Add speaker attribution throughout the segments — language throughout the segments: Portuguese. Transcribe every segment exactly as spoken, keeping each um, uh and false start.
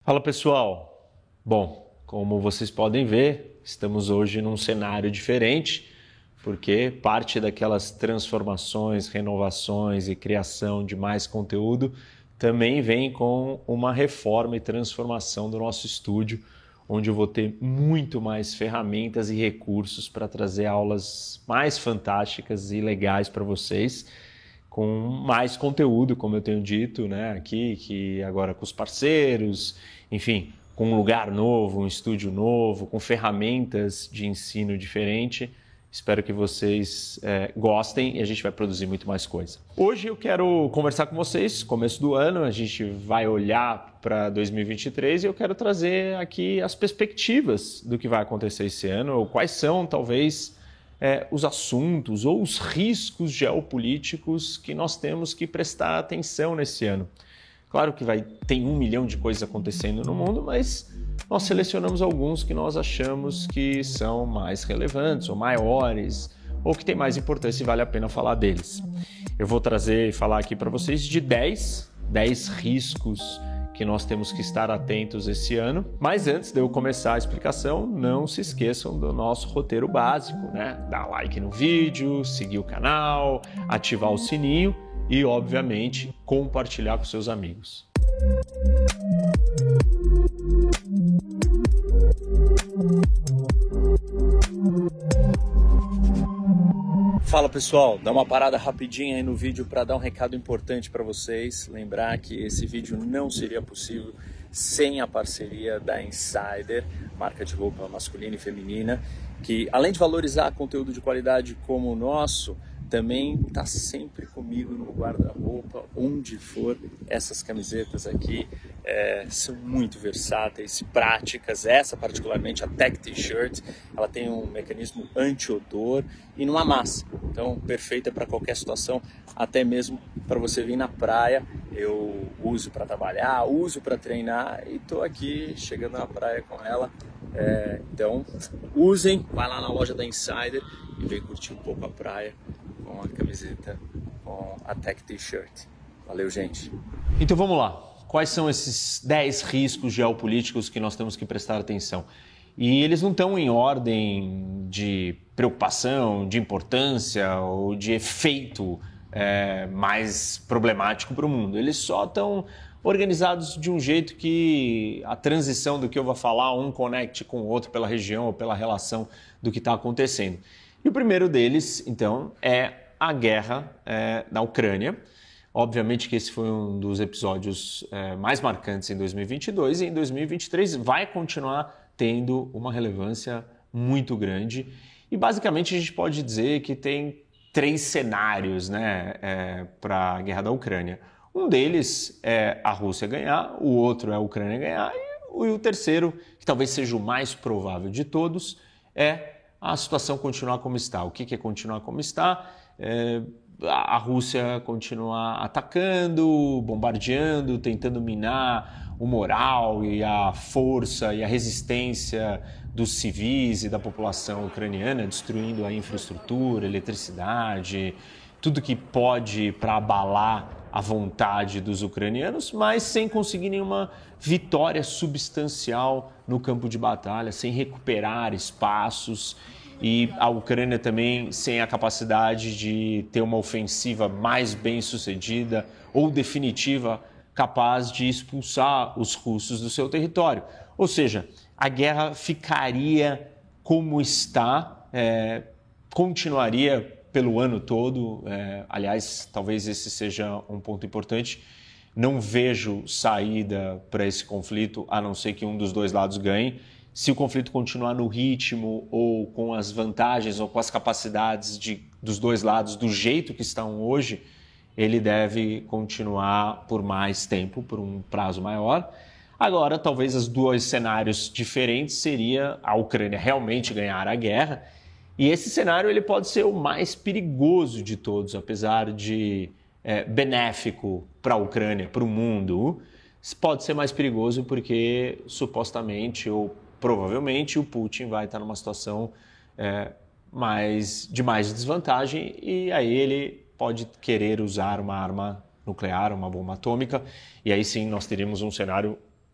Speaker 1: Fala pessoal, bom, como vocês podem ver, estamos hoje num cenário diferente, porque parte daquelas transformações, renovações e criação de mais conteúdo também vem com uma reforma e transformação do nosso estúdio, onde eu vou ter muito mais ferramentas e recursos para trazer aulas mais fantásticas e legais para vocês, com mais conteúdo, como eu tenho dito, né, aqui, que agora com os parceiros, enfim, com um lugar novo, um estúdio novo, com ferramentas de ensino diferente. Espero que vocês é, gostem e a gente vai produzir muito mais coisa. Hoje eu quero conversar com vocês, começo do ano, a gente vai olhar para dois mil e vinte e três e eu quero trazer aqui as perspectivas do que vai acontecer esse ano, ou quais são, talvez, é, os assuntos ou os riscos geopolíticos que nós temos que prestar atenção nesse ano. Claro que vai, tem um milhão de coisas acontecendo no mundo, mas nós selecionamos alguns que nós achamos que são mais relevantes ou maiores, ou que tem mais importância e vale a pena falar deles. Eu vou trazer e falar aqui para vocês de dez, dez riscos que nós temos que estar atentos esse ano. Mas antes de eu começar a explicação, não se esqueçam do nosso roteiro básico, né? Dar like no vídeo, seguir o canal, ativar o sininho e, obviamente, compartilhar com seus amigos. Fala pessoal, dá uma parada rapidinha aí no vídeo para dar um recado importante para vocês. Lembrar que esse vídeo não seria possível sem a parceria da Insider, marca de roupa masculina e feminina, que além de valorizar conteúdo de qualidade como o nosso, também está sempre comigo no guarda-roupa, onde for. Essas camisetas aqui é, são muito versáteis, práticas. Essa particularmente, a Tech T-Shirt, ela tem um mecanismo anti-odor e não amassa. Então, perfeita para qualquer situação, até mesmo para você vir na praia. Eu uso para trabalhar, uso para treinar e estou aqui chegando na praia com ela. É, então, usem, vai lá na loja da Insider e vem curtir um pouco a praia com a camiseta, com a Tech T-Shirt. Valeu, gente! Então vamos lá. Quais são esses dez riscos geopolíticos que nós temos que prestar atenção? E eles não estão em ordem de preocupação, de importância ou de efeito é, mais problemático para o mundo. Eles só estão organizados de um jeito que a transição do que eu vou falar, um conecte com o outro pela região ou pela relação do que está acontecendo. E o primeiro deles, então, é a guerra é, na Ucrânia. Obviamente que esse foi um dos episódios é, mais marcantes em dois mil e vinte e dois e em dois mil e vinte e três vai continuar tendo uma relevância muito grande. E basicamente a gente pode dizer que tem três cenários, né, é, para a guerra da Ucrânia. Um deles é a Rússia ganhar, o outro é a Ucrânia ganhar e o terceiro, que talvez seja o mais provável de todos, é a situação continuar como está. O que é continuar como está? É, a Rússia continuar atacando, bombardeando, tentando minar o moral e a força e a resistência dos civis e da população ucraniana, destruindo a infraestrutura, eletricidade, tudo que pode para abalar a vontade dos ucranianos, mas sem conseguir nenhuma vitória substancial no campo de batalha, sem recuperar espaços, e a Ucrânia também sem a capacidade de ter uma ofensiva mais bem sucedida ou definitiva capaz de expulsar os russos do seu território. Ou seja, a guerra ficaria como está, é, continuaria pelo ano todo. É, aliás, talvez esse seja um ponto importante. Não vejo saída para esse conflito, a não ser que um dos dois lados ganhe. Se o conflito continuar no ritmo ou com as vantagens ou com as capacidades de, dos dois lados do jeito que estão hoje, ele deve continuar por mais tempo, por um prazo maior. Agora, talvez os dois cenários diferentes seria a Ucrânia realmente ganhar a guerra. E esse cenário ele pode ser o mais perigoso de todos, apesar de é, benéfico para a Ucrânia, para o mundo. Pode ser mais perigoso porque supostamente ou provavelmente o Putin vai estar numa situação é, mais, de mais desvantagem e aí ele pode querer usar uma arma nuclear, uma bomba atômica, e aí sim nós teríamos um cenário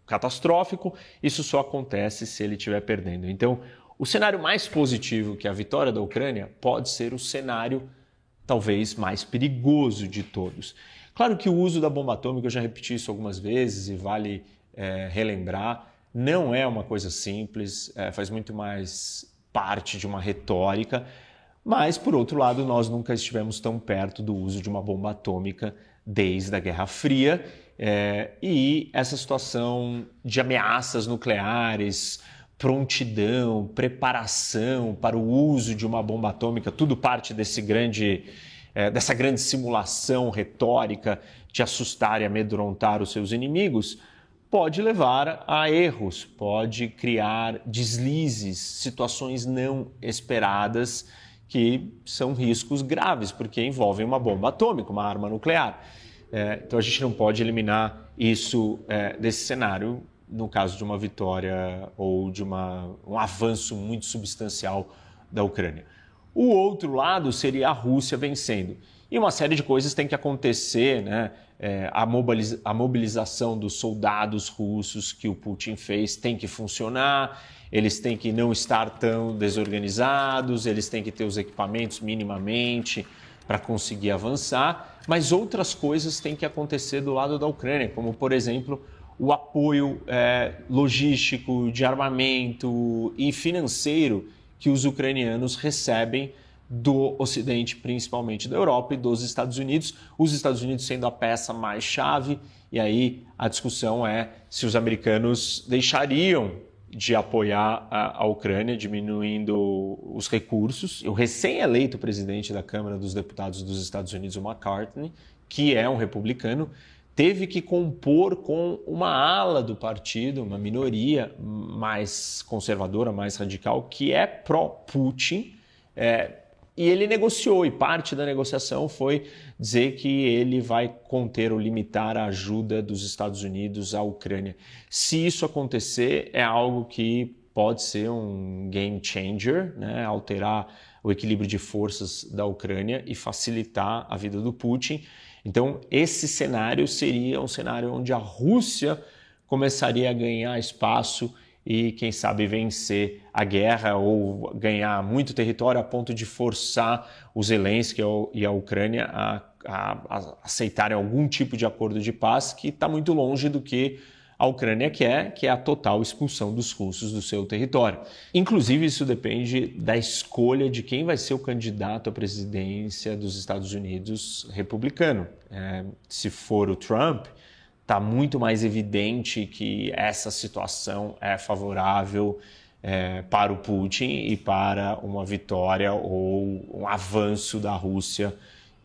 Speaker 1: catastrófico, isso só acontece se ele estiver perdendo. Então, o cenário mais positivo, que é a vitória da Ucrânia, pode ser o cenário talvez mais perigoso de todos. Claro que o uso da bomba atômica, eu já repeti isso algumas vezes e vale é, relembrar, não é uma coisa simples, é, faz muito mais parte de uma retórica, mas, por outro lado, nós nunca estivemos tão perto do uso de uma bomba atômica desde a Guerra Fria, é, e essa situação de ameaças nucleares, prontidão, preparação para o uso de uma bomba atômica, tudo parte desse grande, é, dessa grande simulação retórica de assustar e amedrontar os seus inimigos, pode levar a erros, pode criar deslizes, situações não esperadas que são riscos graves, porque envolvem uma bomba atômica, uma arma nuclear. É, então a gente não pode eliminar isso é, desse cenário no caso de uma vitória ou de uma, um avanço muito substancial da Ucrânia. O outro lado seria a Rússia vencendo. E uma série de coisas tem que acontecer, né? É, a, mobiliza a mobilização dos soldados russos que o Putin fez tem que funcionar, eles têm que não estar tão desorganizados, eles têm que ter os equipamentos minimamente para conseguir avançar, mas outras coisas têm que acontecer do lado da Ucrânia, como, por exemplo, o apoio é, logístico, de armamento e financeiro que os ucranianos recebem do Ocidente, principalmente da Europa e dos Estados Unidos, os Estados Unidos sendo a peça mais chave, e aí a discussão é se os americanos deixariam de apoiar a, a Ucrânia, diminuindo os recursos. O recém-eleito presidente da Câmara dos Deputados dos Estados Unidos, o McCarthy, que é um republicano, teve que compor com uma ala do partido, uma minoria mais conservadora, mais radical, que é pró-Putin, é, e ele negociou, e parte da negociação foi dizer que ele vai conter ou limitar a ajuda dos Estados Unidos à Ucrânia. Se isso acontecer, é algo que pode ser um game changer, né? Alterar o equilíbrio de forças da Ucrânia e facilitar a vida do Putin. Então, esse cenário seria um cenário onde a Rússia começaria a ganhar espaço e, quem sabe, vencer a guerra ou ganhar muito território a ponto de forçar o Zelensky e a Ucrânia a, a, a aceitarem algum tipo de acordo de paz que está muito longe do que a Ucrânia quer, que é a total expulsão dos russos do seu território. Inclusive, isso depende da escolha de quem vai ser o candidato à presidência dos Estados Unidos republicano. É, se for o Trump, está muito mais evidente que essa situação é favorável é, para o Putin e para uma vitória ou um avanço da Rússia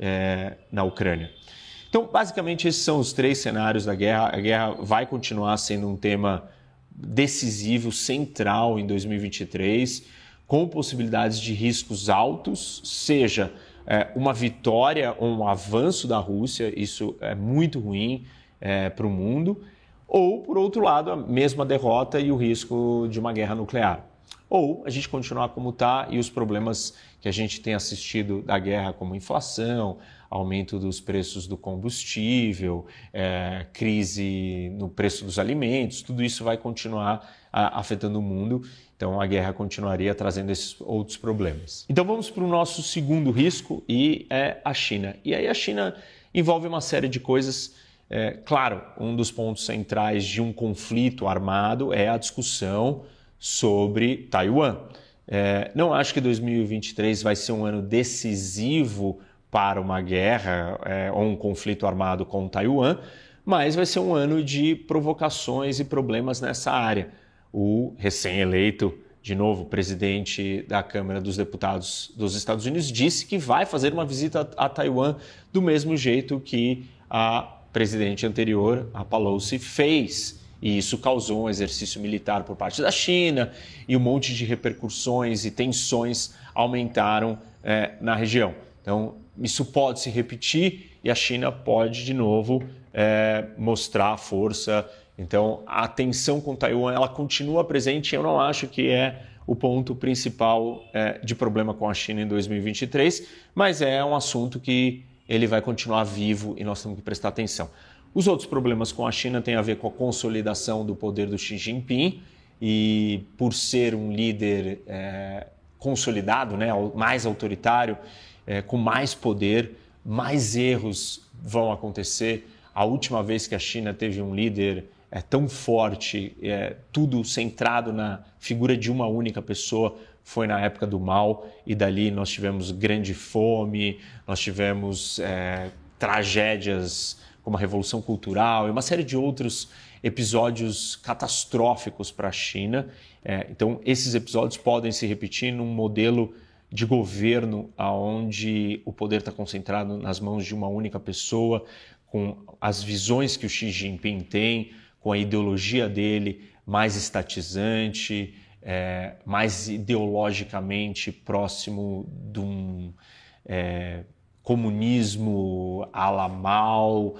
Speaker 1: é, na Ucrânia. Então, basicamente, esses são os três cenários da guerra. A guerra vai continuar sendo um tema decisivo, central em dois mil e vinte e três, com possibilidades de riscos altos, seja é, uma vitória ou um avanço da Rússia, isso é muito ruim é, para o mundo, ou, por outro lado, a mesma derrota e o risco de uma guerra nuclear. Ou a gente continuar como está e os problemas que a gente tem assistido da guerra, como inflação, aumento dos preços do combustível, é, crise no preço dos alimentos, tudo isso vai continuar a, afetando o mundo. Então a guerra continuaria trazendo esses outros problemas. Então vamos para o nosso segundo risco e é a China. E aí a China envolve uma série de coisas. É, claro, um dos pontos centrais de um conflito armado é a discussão sobre Taiwan. É, não acho que dois mil e vinte e três vai ser um ano decisivo para uma guerra é, ou um conflito armado com Taiwan, mas vai ser um ano de provocações e problemas nessa área. O recém-eleito, de novo, presidente da Câmara dos Deputados dos Estados Unidos, disse que vai fazer uma visita a Taiwan do mesmo jeito que a presidente anterior, a Pelosi, fez. E isso causou um exercício militar por parte da China e um monte de repercussões e tensões aumentaram é, na região. Então, isso pode se repetir e a China pode, de novo, é, mostrar força. Então, a tensão com Taiwan ela continua presente e eu não acho que é o ponto principal é, de problema com a China em dois mil e vinte e três, mas é um assunto que ele vai continuar vivo e nós temos que prestar atenção. Os outros problemas com a China têm a ver com a consolidação do poder do Xi Jinping e por ser um líder é, consolidado, né, mais autoritário, é, com mais poder, mais erros vão acontecer. A última vez que a China teve um líder é, tão forte, é, tudo centrado na figura de uma única pessoa, foi na época do Mao, e dali nós tivemos grande fome, nós tivemos é, tragédias como a Revolução Cultural e uma série de outros episódios catastróficos para a China. É, então, esses episódios podem se repetir num modelo de governo onde o poder está concentrado nas mãos de uma única pessoa, com as visões que o Xi Jinping tem, com a ideologia dele mais estatizante, é, mais ideologicamente próximo de um é, comunismo à la Mao.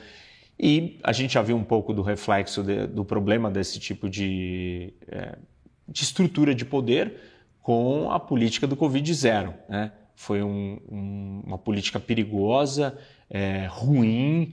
Speaker 1: E a gente já viu um pouco do reflexo de, do problema desse tipo de, é, de estrutura de poder com a política do Covid zero, né? Foi um, um, uma política perigosa, é, ruim,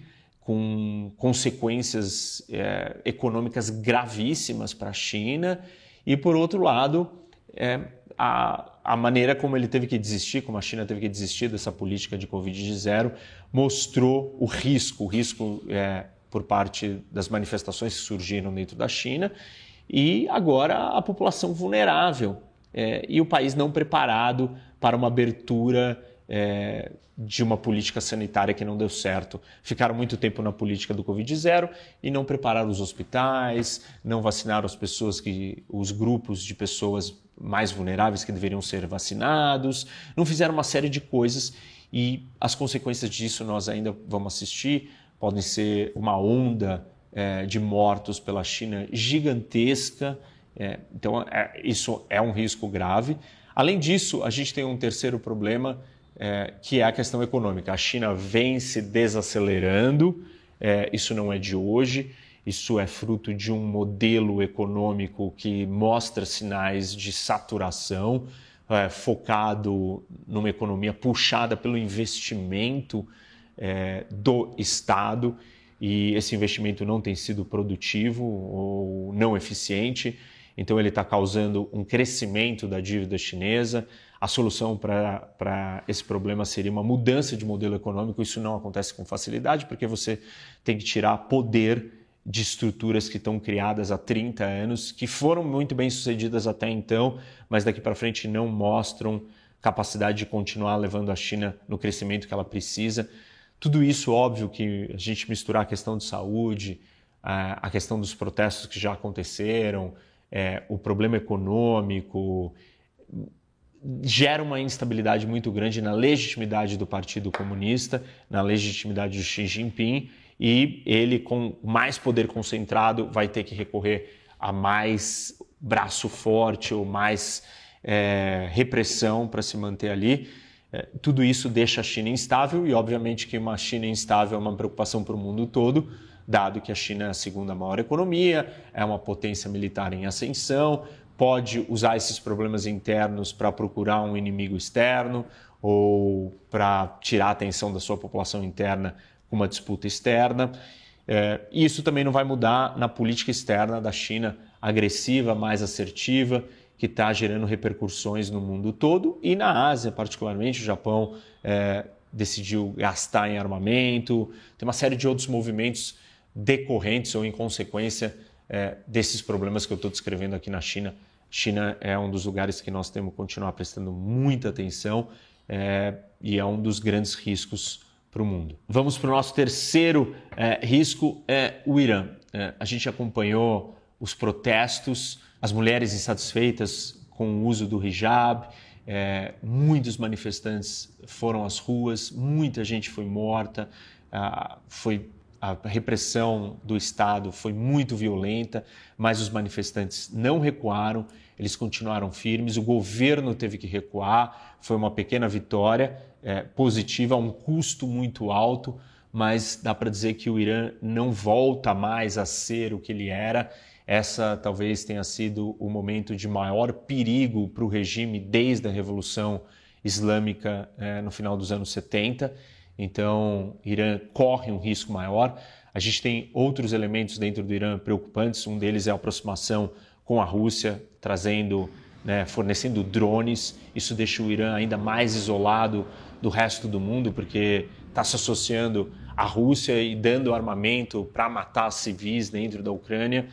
Speaker 1: com consequências é, econômicas gravíssimas para a China. E, por outro lado, é, a, a maneira como ele teve que desistir, como a China teve que desistir dessa política de Covid zero, mostrou o risco, o risco é, por parte das manifestações que surgiram dentro da China e agora a população vulnerável é, e o país não preparado para uma abertura é, de uma política sanitária que não deu certo. Ficaram muito tempo na política do Covid zero e não prepararam os hospitais, não vacinaram as pessoas, que, os grupos de pessoas mais vulneráveis que deveriam ser vacinados, não fizeram uma série de coisas e as consequências disso nós ainda vamos assistir. Podem ser uma onda é, de mortos pela China gigantesca, é, então é, isso é um risco grave. Além disso, a gente tem um terceiro problema, é, que é a questão econômica. A China vem se desacelerando, é, isso não é de hoje, isso é fruto de um modelo econômico que mostra sinais de saturação, é, focado numa economia puxada pelo investimento é, do Estado, e esse investimento não tem sido produtivo ou não eficiente, então ele está causando um crescimento da dívida chinesa. A solução para esse problema seria uma mudança de modelo econômico. Isso não acontece com facilidade, porque você tem que tirar poder de estruturas que estão criadas há trinta anos, que foram muito bem sucedidas até então, mas daqui para frente não mostram capacidade de continuar levando a China no crescimento que ela precisa. Tudo isso, óbvio que a gente misturar a questão de saúde, a questão dos protestos que já aconteceram, é, o problema econômico, gera uma instabilidade muito grande na legitimidade do Partido Comunista, na legitimidade do Xi Jinping, e ele, com mais poder concentrado, vai ter que recorrer a mais braço forte ou mais é, repressão para se manter ali. É, tudo isso deixa a China instável, e obviamente que uma China instável é uma preocupação para o mundo todo, dado que a China é a segunda maior economia, é uma potência militar em ascensão, pode usar esses problemas internos para procurar um inimigo externo ou para tirar a atenção da sua população interna com uma disputa externa. É, e isso também não vai mudar na política externa da China, agressiva, mais assertiva, que está gerando repercussões no mundo todo e na Ásia, particularmente. O Japão é, decidiu gastar em armamento, tem uma série de outros movimentos decorrentes ou em consequência é, desses problemas que eu estou descrevendo aqui na China. China é um dos lugares que nós temos que continuar prestando muita atenção é, e é um dos grandes riscos para o mundo. Vamos para o nosso terceiro é, risco, é o Irã. É, a gente acompanhou os protestos, as mulheres insatisfeitas com o uso do hijab, é, muitos manifestantes foram às ruas, muita gente foi morta, ah, foi... A repressão do Estado foi muito violenta, mas os manifestantes não recuaram, eles continuaram firmes, o governo teve que recuar, foi uma pequena vitória é, positiva, a um custo muito alto, mas dá para dizer que o Irã não volta mais a ser o que ele era. Essa talvez tenha sido o momento de maior perigo para o regime desde a Revolução Islâmica é, no final dos anos setenta. Então, Irã corre um risco maior. A gente tem outros elementos dentro do Irã preocupantes, um deles é a aproximação com a Rússia, trazendo, né, fornecendo drones. Isso deixa o Irã ainda mais isolado do resto do mundo, porque está se associando à Rússia e dando armamento para matar civis dentro da Ucrânia.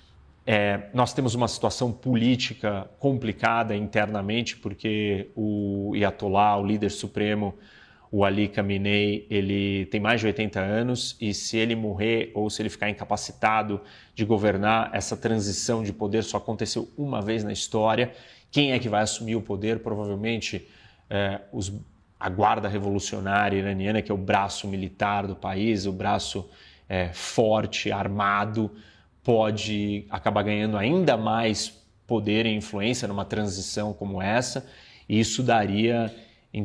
Speaker 1: É, nós temos uma situação política complicada internamente, porque o Ayatollah, o líder supremo, o Ali Khamenei, ele tem mais de oitenta anos e se ele morrer ou se ele ficar incapacitado de governar, essa transição de poder só aconteceu uma vez na história. Quem é que vai assumir o poder? Provavelmente é, os, a Guarda Revolucionária Iraniana, que é o braço militar do país, o braço é, forte, armado, pode acabar ganhando ainda mais poder e influência numa transição como essa. E isso daria,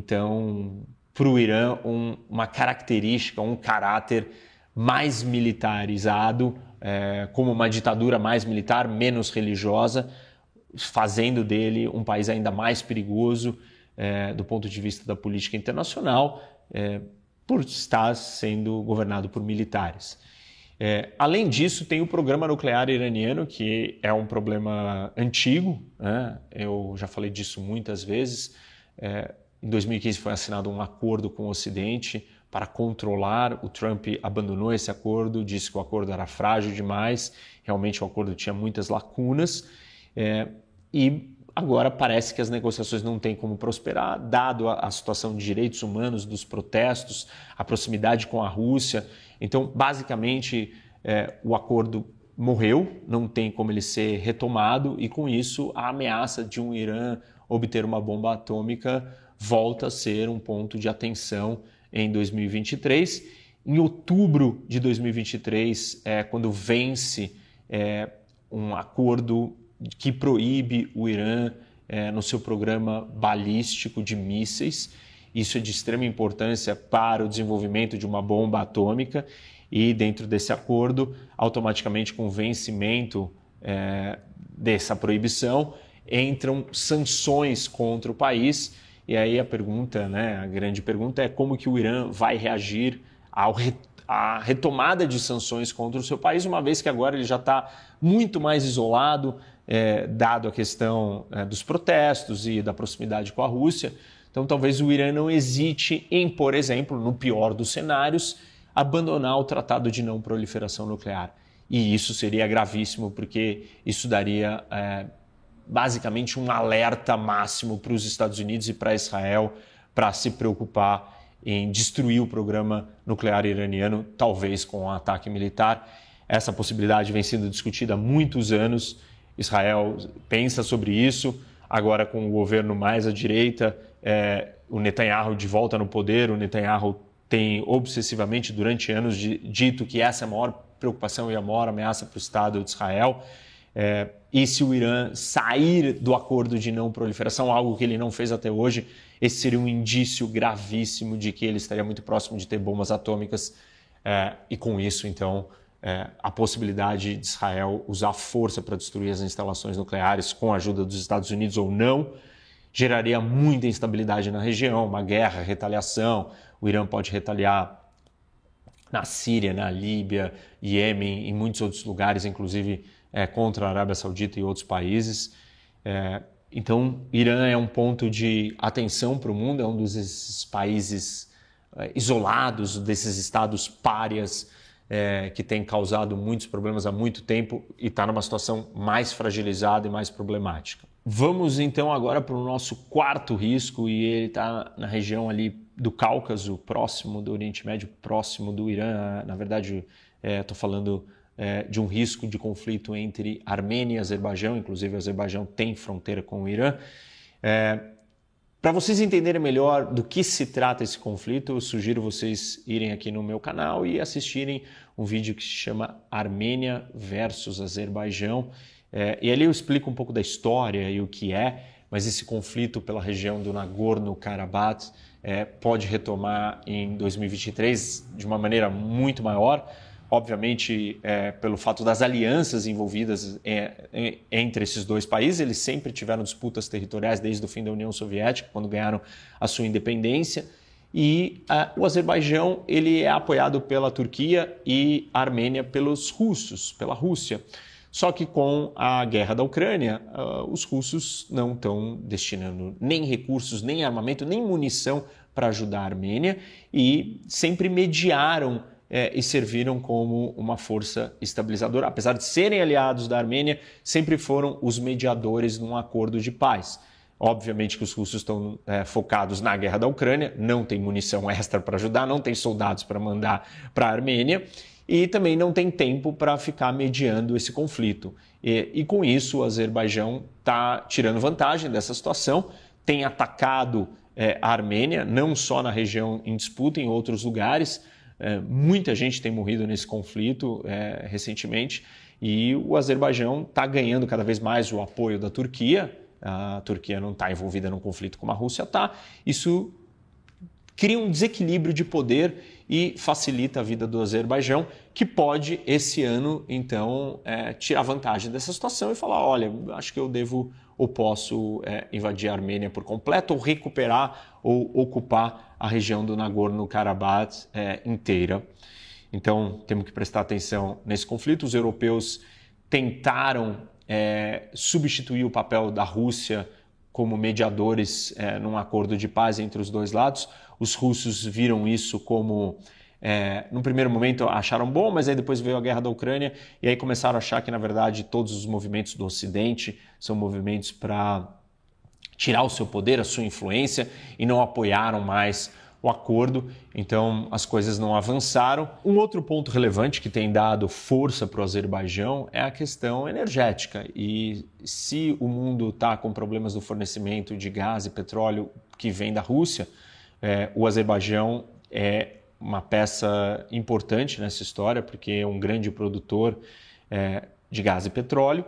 Speaker 1: então, para o Irã um, uma característica, um caráter mais militarizado, é, como uma ditadura mais militar, menos religiosa, fazendo dele um país ainda mais perigoso é, do ponto de vista da política internacional, é, por estar sendo governado por militares. É, além disso, tem o programa nuclear iraniano, que é um problema antigo, né? Eu já falei disso muitas vezes. É, Em dois mil e quinze foi assinado um acordo com o Ocidente para controlar. O Trump abandonou esse acordo, disse que o acordo era frágil demais, realmente o acordo tinha muitas lacunas, é, e agora parece que as negociações não têm como prosperar, dado a, a situação de direitos humanos, dos protestos, a proximidade com a Rússia. Então, basicamente, é, o acordo morreu, não tem como ele ser retomado, e com isso a ameaça de um Irã obter uma bomba atômica volta a ser um ponto de atenção em dois mil e vinte e três. Em outubro de dois mil e vinte e três, é, quando vence é, um acordo que proíbe o Irã é, no seu programa balístico de mísseis. Isso é de extrema importância para o desenvolvimento de uma bomba atômica e, dentro desse acordo, automaticamente com o vencimento é, dessa proibição, entram sanções contra o país. E aí a pergunta, né, a grande pergunta é como que o Irã vai reagir ao re, à retomada de sanções contra o seu país, uma vez que agora ele já está muito mais isolado, é, dado a questão é, dos protestos e da proximidade com a Rússia. Então talvez o Irã não hesite em, por exemplo, no pior dos cenários, abandonar o Tratado de Não Proliferação Nuclear. E isso seria gravíssimo, porque isso daria é, basicamente um alerta máximo para os Estados Unidos e para Israel para se preocupar em destruir o programa nuclear iraniano, talvez com um ataque militar. Essa possibilidade vem sendo discutida há muitos anos. Israel pensa sobre isso. Agora, com o governo mais à direita, é, o Netanyahu de volta no poder, o Netanyahu tem obsessivamente, durante anos, de, dito que essa é a maior preocupação e a maior ameaça para o Estado de Israel. É, e se o Irã sair do acordo de não proliferação, algo que ele não fez até hoje, esse seria um indício gravíssimo de que ele estaria muito próximo de ter bombas atômicas. É, e com isso, então, é, a possibilidade de Israel usar força para destruir as instalações nucleares com a ajuda dos Estados Unidos ou não, geraria muita instabilidade na região, uma guerra, retaliação. O Irã pode retaliar na Síria, na Líbia, Iêmen, em muitos outros lugares, inclusive é, contra a Arábia Saudita e outros países. É, então, Irã é um ponto de atenção para o mundo, é um desses países é, isolados, desses estados párias é, que tem causado muitos problemas há muito tempo e está numa situação mais fragilizada e mais problemática. Vamos então agora para o nosso quarto risco, e ele está na região ali do Cáucaso, próximo do Oriente Médio, próximo do Irã. Na verdade, estou é, falando é, de um risco de conflito entre Armênia e Azerbaijão, inclusive o Azerbaijão tem fronteira com o Irã. É, para vocês entenderem melhor do que se trata esse conflito, eu sugiro vocês irem aqui no meu canal e assistirem um vídeo que se chama Armênia versus Azerbaijão. É, e ali eu explico um pouco da história e o que é, mas esse conflito pela região do Nagorno-Karabakh é, pode retomar em dois mil e vinte e três de uma maneira muito maior, obviamente é, pelo fato das alianças envolvidas é, entre esses dois países. Eles sempre tiveram disputas territoriais desde o fim da União Soviética, quando ganharam a sua independência, e uh, o Azerbaijão ele é apoiado pela Turquia e a Armênia pelos russos, pela Rússia. Só que com a guerra da Ucrânia, uh, os russos não estão destinando nem recursos, nem armamento, nem munição para ajudar a Armênia e sempre mediaram é, e serviram como uma força estabilizadora. Apesar de serem aliados da Armênia, sempre foram os mediadores num acordo de paz. Obviamente que os russos estão é, focados na guerra da Ucrânia, não tem munição extra para ajudar, não tem soldados para mandar para a Armênia e também não tem tempo para ficar mediando esse conflito. E, e com isso o Azerbaijão está tirando vantagem dessa situação, tem atacado é, a Armênia, não só na região em disputa, em outros lugares. É, muita gente tem morrido nesse conflito é, recentemente e o Azerbaijão está ganhando cada vez mais o apoio da Turquia. A Turquia não está envolvida num conflito como a Rússia está. Isso cria um desequilíbrio de poder e facilita a vida do Azerbaijão, que pode, esse ano, então, é, tirar vantagem dessa situação e falar, olha, acho que eu devo ou posso é, invadir a Armênia por completo ou recuperar ou ocupar a região do Nagorno-Karabakh é, inteira. Então, temos que prestar atenção nesse conflito. Os europeus tentaram É, substituir o papel da Rússia como mediadores é, num acordo de paz entre os dois lados. Os russos viram isso como, é, num primeiro momento acharam bom, mas aí depois veio a guerra da Ucrânia e aí começaram a achar que, na verdade, todos os movimentos do Ocidente são movimentos para tirar o seu poder, a sua influência e não apoiaram mais o acordo, então as coisas não avançaram. Um outro ponto relevante que tem dado força para o Azerbaijão é a questão energética. E se o mundo está com problemas no fornecimento de gás e petróleo que vem da Rússia, é, o Azerbaijão é uma peça importante nessa história, porque é um grande produtor é, de gás e petróleo,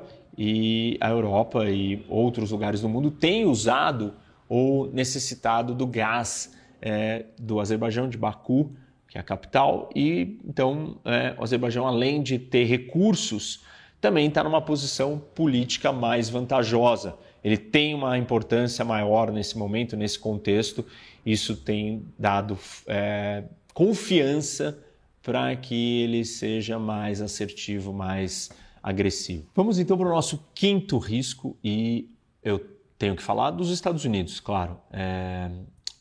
Speaker 1: e a Europa e outros lugares do mundo têm usado ou necessitado do gás É, do Azerbaijão, de Baku, que é a capital, e então é, o Azerbaijão, além de ter recursos, também está numa posição política mais vantajosa. Ele tem uma importância maior nesse momento, nesse contexto, isso tem dado é, confiança para que ele seja mais assertivo, mais agressivo. Vamos então para o nosso quinto risco, e eu tenho que falar dos Estados Unidos, claro. É,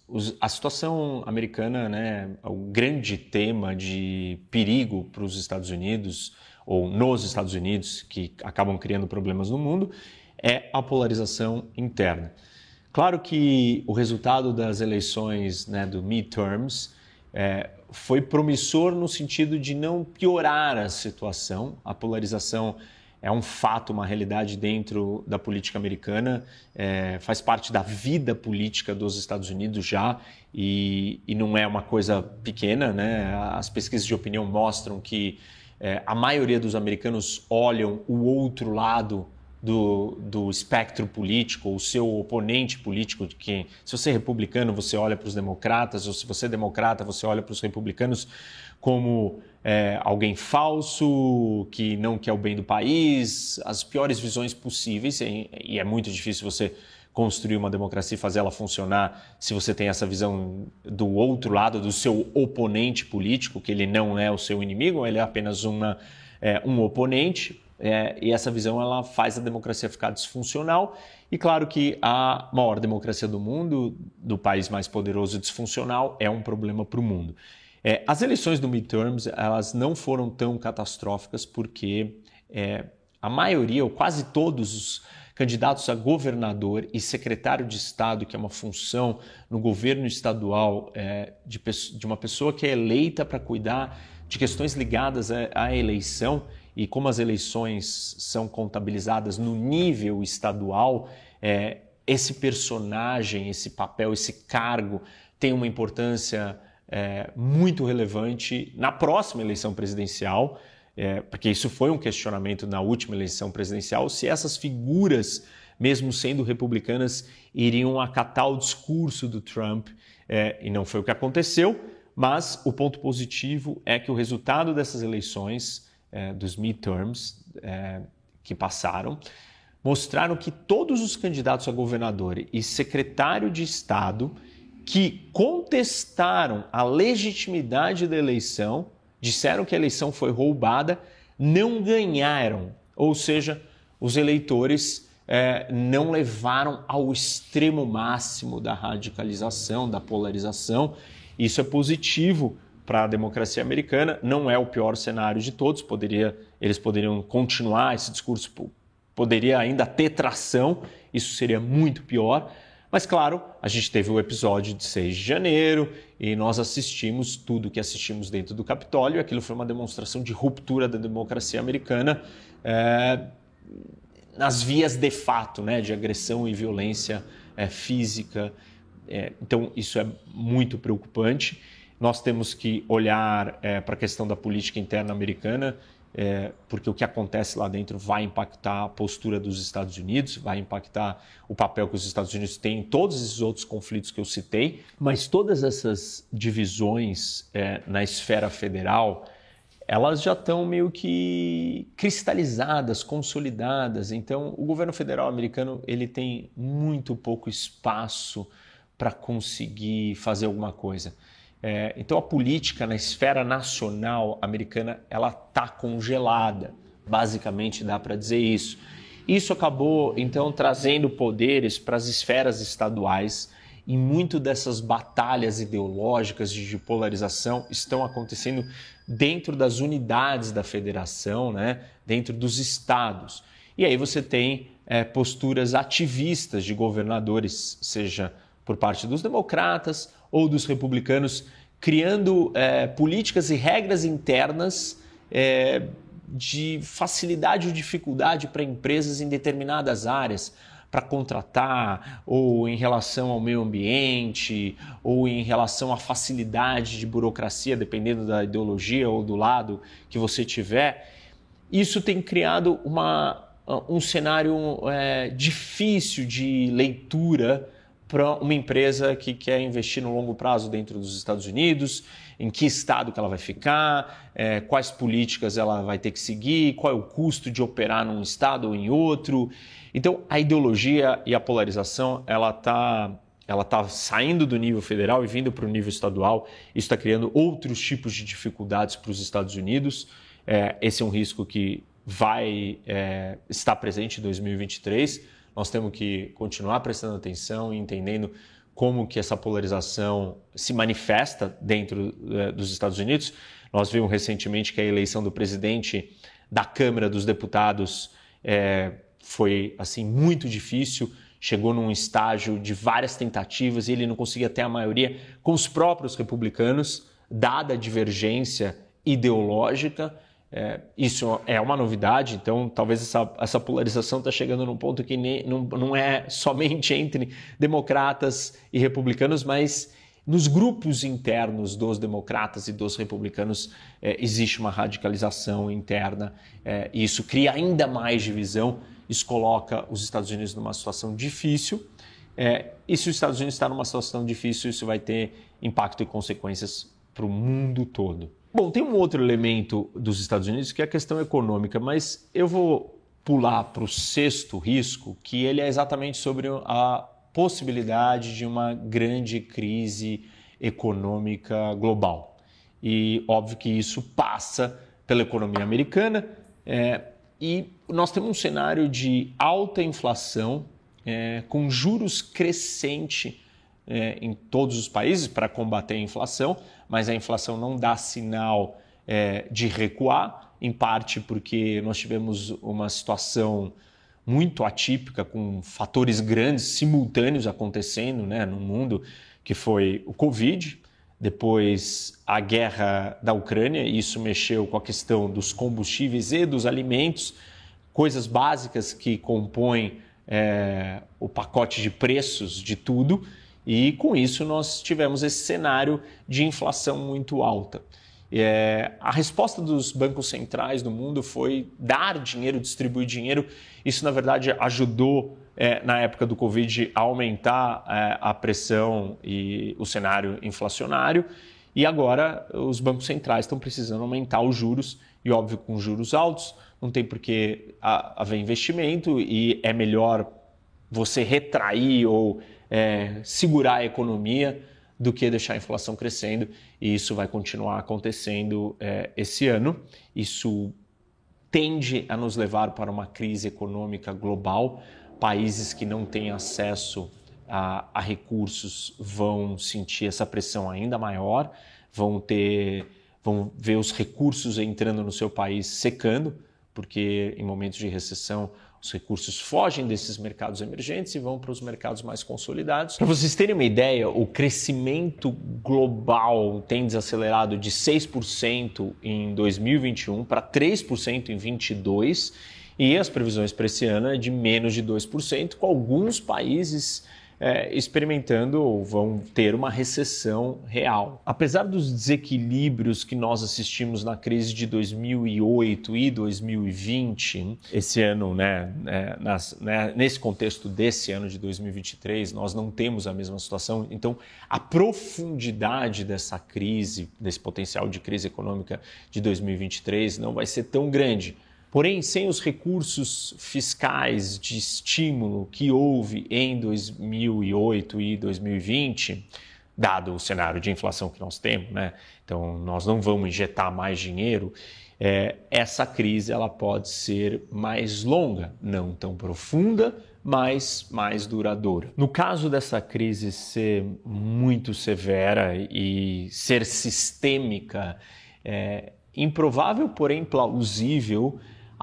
Speaker 1: A situação americana, né, o grande tema de perigo para os Estados Unidos, ou nos Estados Unidos, que acabam criando problemas no mundo, é a polarização interna. Claro que o resultado das eleições, né, do midterms é, foi promissor no sentido de não piorar a situação. A polarização é um fato, uma realidade dentro da política americana, é, faz parte da vida política dos Estados Unidos já e, e não é uma coisa pequena, né? As pesquisas de opinião mostram que é, a maioria dos americanos olham o outro lado do, do espectro político, o seu oponente político, de que se você é republicano você olha para os democratas, ou se você é democrata você olha para os republicanos como é, alguém falso, que não quer o bem do país, as piores visões possíveis, e, e é muito difícil você construir uma democracia e fazer ela funcionar se você tem essa visão do outro lado, do seu oponente político, que ele não é o seu inimigo, ele é apenas uma, é, um oponente, é, e essa visão ela faz a democracia ficar disfuncional. E claro que a maior democracia do mundo, do país mais poderoso e disfuncional, é um problema para o mundo. É, as eleições do midterms elas não foram tão catastróficas porque é, a maioria, ou quase todos os candidatos a governador e secretário de Estado, que é uma função no governo estadual é, de, de uma pessoa que é eleita para cuidar de questões ligadas à, à eleição, e como as eleições são contabilizadas no nível estadual, é, esse personagem, esse papel, esse cargo tem uma importância É, muito relevante na próxima eleição presidencial, é, porque isso foi um questionamento na última eleição presidencial, se essas figuras, mesmo sendo republicanas, iriam acatar o discurso do Trump, é, e não foi o que aconteceu, mas o ponto positivo é que o resultado dessas eleições, é, dos midterms, é, que passaram, mostraram que todos os candidatos a governador e secretário de Estado
Speaker 2: que contestaram a legitimidade da eleição, disseram que a eleição foi roubada, não ganharam. Ou seja, os eleitores eh, não levaram ao extremo máximo da radicalização, da polarização. Isso é positivo para a democracia americana, não é o pior cenário de todos, poderia, eles poderiam continuar, esse discurso poderia ainda ter tração, isso seria muito pior. Mas, claro, a gente teve o episódio de seis de janeiro e nós assistimos tudo que assistimos dentro do Capitólio. Aquilo foi uma demonstração de ruptura da democracia americana é, nas vias de fato, né, de agressão e violência é, física. É, então, isso é muito preocupante. Nós temos que olhar é, para a questão da política interna americana, É, porque o que acontece lá dentro vai impactar a postura dos Estados Unidos, vai impactar o papel que os Estados Unidos têm em todos esses outros conflitos que eu citei, mas todas essas divisões é, na esfera federal, elas já estão meio que cristalizadas, consolidadas. Então, o governo federal americano ele tem muito pouco espaço para conseguir fazer alguma coisa. É, então a política na esfera nacional americana ela está congelada, basicamente dá para dizer isso. Isso acabou então trazendo poderes para as esferas estaduais e muito dessas batalhas ideológicas de polarização estão acontecendo dentro das unidades da federação, né? Dentro dos estados. E aí você tem é, posturas ativistas de governadores, seja por parte dos democratas ou dos republicanos, criando é, políticas e regras internas é, de facilidade ou dificuldade para empresas em determinadas áreas, para contratar, ou em relação ao meio ambiente, ou em relação à facilidade de burocracia, dependendo da ideologia ou do lado que você tiver. Isso tem criado uma, um cenário é, difícil de leitura para uma empresa que quer investir no longo prazo dentro dos Estados Unidos, em que estado que ela vai ficar, é, quais políticas ela vai ter que seguir, qual é o custo de operar num estado ou em outro. Então, a ideologia e a polarização, ela está ela tá saindo do nível federal e vindo para o nível estadual. Isso está criando outros tipos de dificuldades para os Estados Unidos. É, esse é um risco que vai é, estar presente em dois mil e vinte e três. Nós temos que continuar prestando atenção e entendendo como que essa polarização se manifesta dentro eh, dos Estados Unidos. Nós vimos recentemente que a eleição do presidente da Câmara dos Deputados eh, foi assim muito difícil, chegou num estágio de várias tentativas e ele não conseguia ter a maioria com os próprios republicanos, dada a divergência ideológica. É, isso é uma novidade, então talvez essa, essa polarização está chegando num ponto que nem, não, não é somente entre democratas e republicanos, mas nos grupos internos dos democratas e dos republicanos é, existe uma radicalização interna é, e isso cria ainda mais divisão, isso coloca os Estados Unidos numa situação difícil é, e se os Estados Unidos está numa situação difícil, isso vai ter impacto e consequências para o mundo todo. Bom, tem um outro elemento dos Estados Unidos que é a questão econômica, mas eu vou pular para o sexto risco, que ele é exatamente sobre a possibilidade de uma grande crise econômica global. E óbvio que isso passa pela economia americana é, e nós temos um cenário de alta inflação é, com juros crescentes É, em todos os países para combater a inflação, mas a inflação não dá sinal é, de recuar, em parte porque nós tivemos uma situação muito atípica, com fatores grandes, simultâneos acontecendo né, no mundo, que foi o Covid, depois a guerra da Ucrânia, e isso mexeu com a questão dos combustíveis e dos alimentos, coisas básicas que compõem é, o pacote de preços de tudo. E com isso nós tivemos esse cenário de inflação muito alta. É, a resposta dos bancos centrais do mundo foi dar dinheiro, distribuir dinheiro. Isso, na verdade, ajudou, é, na época do Covid, a aumentar é, a pressão e o cenário inflacionário. E agora os bancos centrais estão precisando aumentar os juros. E, óbvio, com juros altos, não tem por que haver investimento e é melhor você retrair ou É, segurar a economia do que deixar a inflação crescendo, e isso vai continuar acontecendo é, esse ano. Isso tende a nos levar para uma crise econômica global. Países que não têm acesso a, a recursos vão sentir essa pressão ainda maior, vão ter, vão ver os recursos entrando no seu país secando, porque em momentos de recessão os recursos fogem desses mercados emergentes e vão para os mercados mais consolidados. Para vocês terem uma ideia, o crescimento global tem desacelerado de seis por cento em dois mil e vinte e um para três por cento em vinte e dois, e as previsões para esse ano é de menos de dois por cento, com alguns países É, experimentando ou vão ter uma recessão real. Apesar dos desequilíbrios que nós assistimos na crise de dois mil e oito e dois mil e vinte, esse ano, né, é, nas, né, nesse contexto desse ano de dois mil e vinte e três, nós não temos a mesma situação. Então, a profundidade dessa crise, desse potencial de crise econômica de dois mil e vinte e três não vai ser tão grande. Porém, sem os recursos fiscais de estímulo que houve em dois mil e oito e dois mil e vinte, dado o cenário de inflação que nós temos, né? Então nós não vamos injetar mais dinheiro, é, essa crise ela pode ser mais longa, não tão profunda, mas mais duradoura. No caso dessa crise ser muito severa e ser sistêmica, é improvável, porém plausível,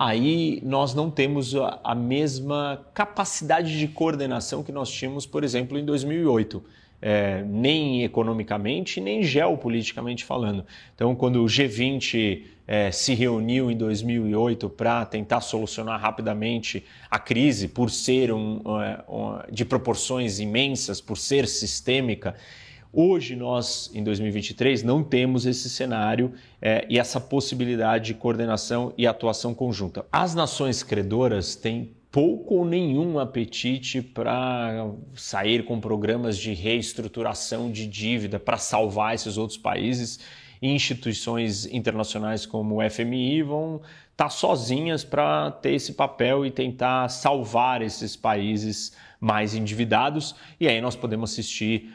Speaker 2: aí nós não temos a, a mesma capacidade de coordenação que nós tínhamos, por exemplo, em dois mil e oito, é, nem economicamente, nem geopoliticamente falando. Então, quando o G vinte é, se reuniu em dois mil e oito para tentar solucionar rapidamente a crise, por ser um, um, de proporções imensas, por ser sistêmica, hoje nós, em dois mil e vinte e três, não temos esse cenário é, e essa possibilidade de coordenação e atuação conjunta. As nações credoras têm pouco ou nenhum apetite para sair com programas de reestruturação de dívida para salvar esses outros países. E instituições internacionais como o F M I vão estar sozinhas para ter esse papel e tentar salvar esses países mais endividados, e aí nós podemos assistir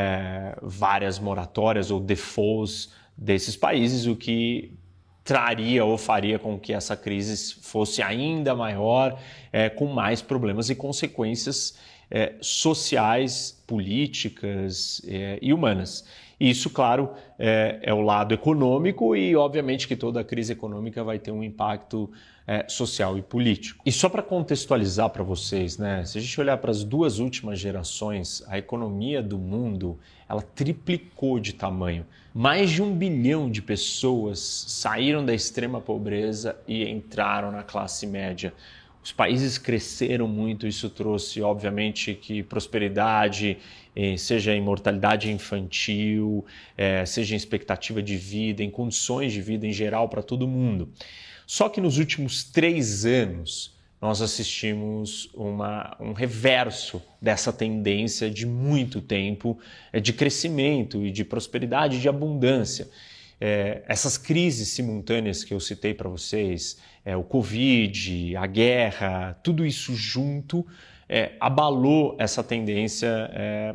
Speaker 2: é, várias moratórias ou defaults desses países, o que traria ou faria com que essa crise fosse ainda maior, é, com mais problemas e consequências é, sociais, políticas é, e humanas. Isso, claro, é, é o lado econômico e, obviamente, que toda crise econômica vai ter um impacto é, social e político. E só para contextualizar para vocês, né, se a gente olhar para as duas últimas gerações, a economia do mundo ela triplicou de tamanho. Mais de um bilhão de pessoas saíram da extrema pobreza e entraram na classe média. Os países cresceram muito, isso trouxe, obviamente, que prosperidade, seja em mortalidade infantil, seja em expectativa de vida, em condições de vida em geral para todo mundo. Só que nos últimos três anos, nós assistimos uma, um reverso dessa tendência de muito tempo de crescimento e de prosperidade e de abundância. É, essas crises simultâneas que eu citei para vocês, é, o Covid, a guerra, tudo isso junto é, abalou essa tendência é,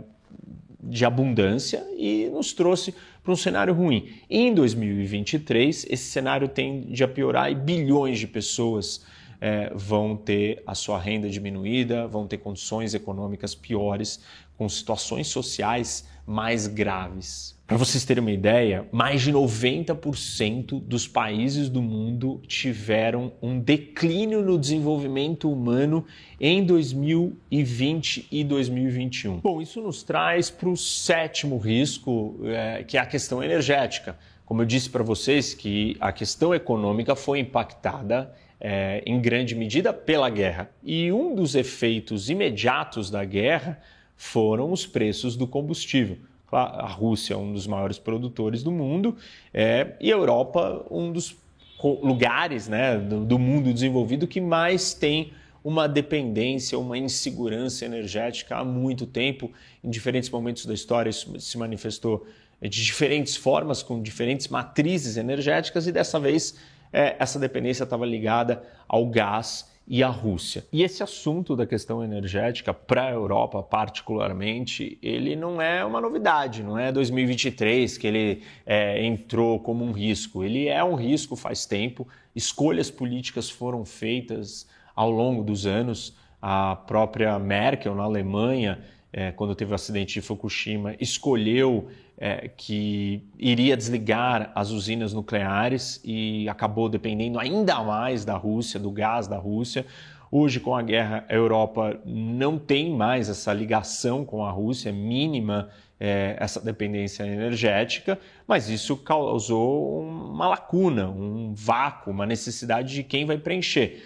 Speaker 2: de abundância e nos trouxe para um cenário ruim. Em dois mil e vinte e três, esse cenário tende a piorar e bilhões de pessoas é, vão ter a sua renda diminuída, vão ter condições econômicas piores, com situações sociais mais graves. Para vocês terem uma ideia, mais de noventa por cento dos países do mundo tiveram um declínio no desenvolvimento humano em dois mil e vinte e dois mil e vinte e um. Bom, isso nos traz para o sétimo risco, é, que é a questão energética. Como eu disse para vocês, que a questão econômica foi impactada é, em grande medida pela guerra. E um dos efeitos imediatos da guerra foram os preços do combustível. A Rússia é um dos maiores produtores do mundo é, e a Europa um dos lugares, né, do, do mundo desenvolvido que mais tem uma dependência, uma insegurança energética há muito tempo. Em diferentes momentos da história isso se manifestou de diferentes formas, com diferentes matrizes energéticas, e dessa vez é, essa dependência estava ligada ao gás e a Rússia. E esse assunto da questão energética para a Europa particularmente, ele não é uma novidade, não é dois mil e vinte e três que ele é, entrou como um risco. Ele é um risco faz tempo, escolhas políticas foram feitas ao longo dos anos. A própria Merkel na Alemanha, é, quando teve o acidente de Fukushima, escolheu é, que iria desligar as usinas nucleares e acabou dependendo ainda mais da Rússia, do gás da Rússia. Hoje, com a guerra, a Europa não tem mais essa ligação com a Rússia, é mínima é, essa dependência energética, mas isso causou uma lacuna, um vácuo, uma necessidade de quem vai preencher.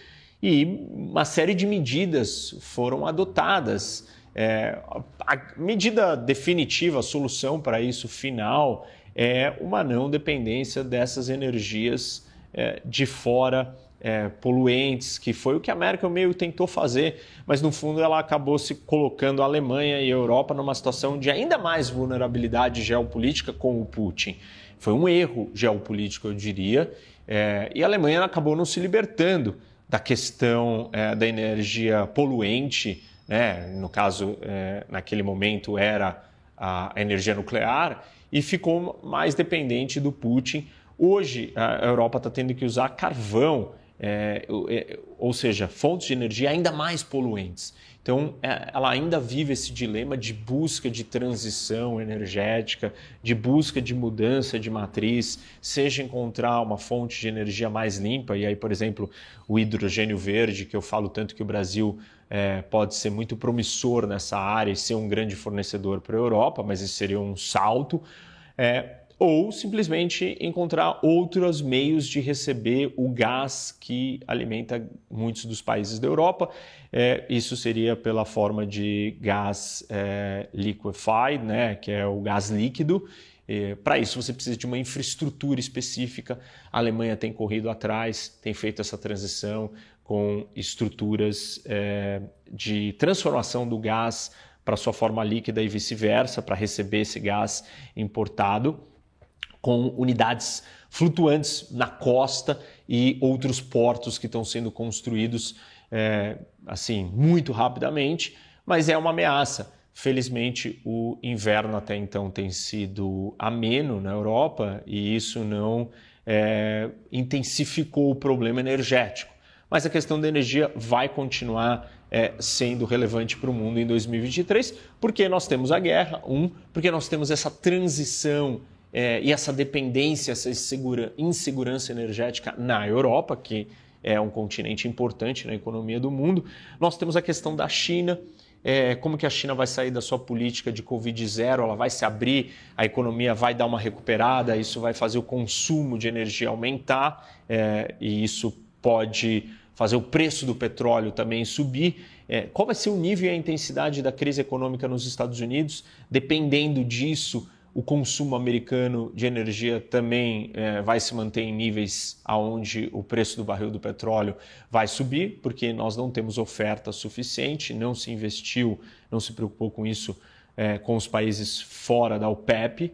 Speaker 2: E uma série de medidas foram adotadas. É, a medida definitiva, a solução para isso final, é uma não dependência dessas energias é, de fora, é, poluentes, que foi o que a Merkel meio tentou fazer, mas no fundo ela acabou se colocando a Alemanha e a Europa numa situação de ainda mais vulnerabilidade geopolítica com o Putin. Foi um erro geopolítico, eu diria, é, e a Alemanha acabou não se libertando da questão é, da energia poluente, né? No caso, é, naquele momento era a energia nuclear, e ficou mais dependente do Putin. Hoje, a Europa está tendo que usar carvão, é, ou seja, fontes de energia ainda mais poluentes. Então, ela ainda vive esse dilema de busca de transição energética, de busca de mudança de matriz, seja encontrar uma fonte de energia mais limpa, e aí, por exemplo, o hidrogênio verde, que eu falo tanto que o Brasil é, pode ser muito promissor nessa área e ser um grande fornecedor para a Europa, mas isso seria um salto, é, ou simplesmente encontrar outros meios de receber o gás que alimenta muitos dos países da Europa. É, isso seria pela forma de gás é, liquefied, né, que é o gás líquido. Para isso você precisa de uma infraestrutura específica. A Alemanha tem corrido atrás, tem feito essa transição com estruturas é, de transformação do gás para sua forma líquida e vice-versa, para receber esse gás importado, com unidades flutuantes na costa e outros portos que estão sendo construídos é, assim muito rapidamente, mas é uma ameaça. Felizmente, o inverno até então tem sido ameno na Europa e isso não é, intensificou o problema energético. Mas a questão da energia vai continuar é, sendo relevante para o mundo em dois mil e vinte e três, porque nós temos a guerra, um, porque nós temos essa transição É, e essa dependência, essa insegura, insegurança energética na Europa, que é um continente importante na economia do mundo. Nós temos a questão da China, é, como que a China vai sair da sua política de Covid zero, ela vai se abrir, a economia vai dar uma recuperada, isso vai fazer o consumo de energia aumentar é, e isso pode fazer o preço do petróleo também subir. É, qual vai ser o nível e a intensidade da crise econômica nos Estados Unidos? Dependendo disso, o consumo americano de energia também é, vai se manter em níveis onde o preço do barril do petróleo vai subir, porque nós não temos oferta suficiente, não se investiu, não se preocupou com isso é, com os países fora da OPEP,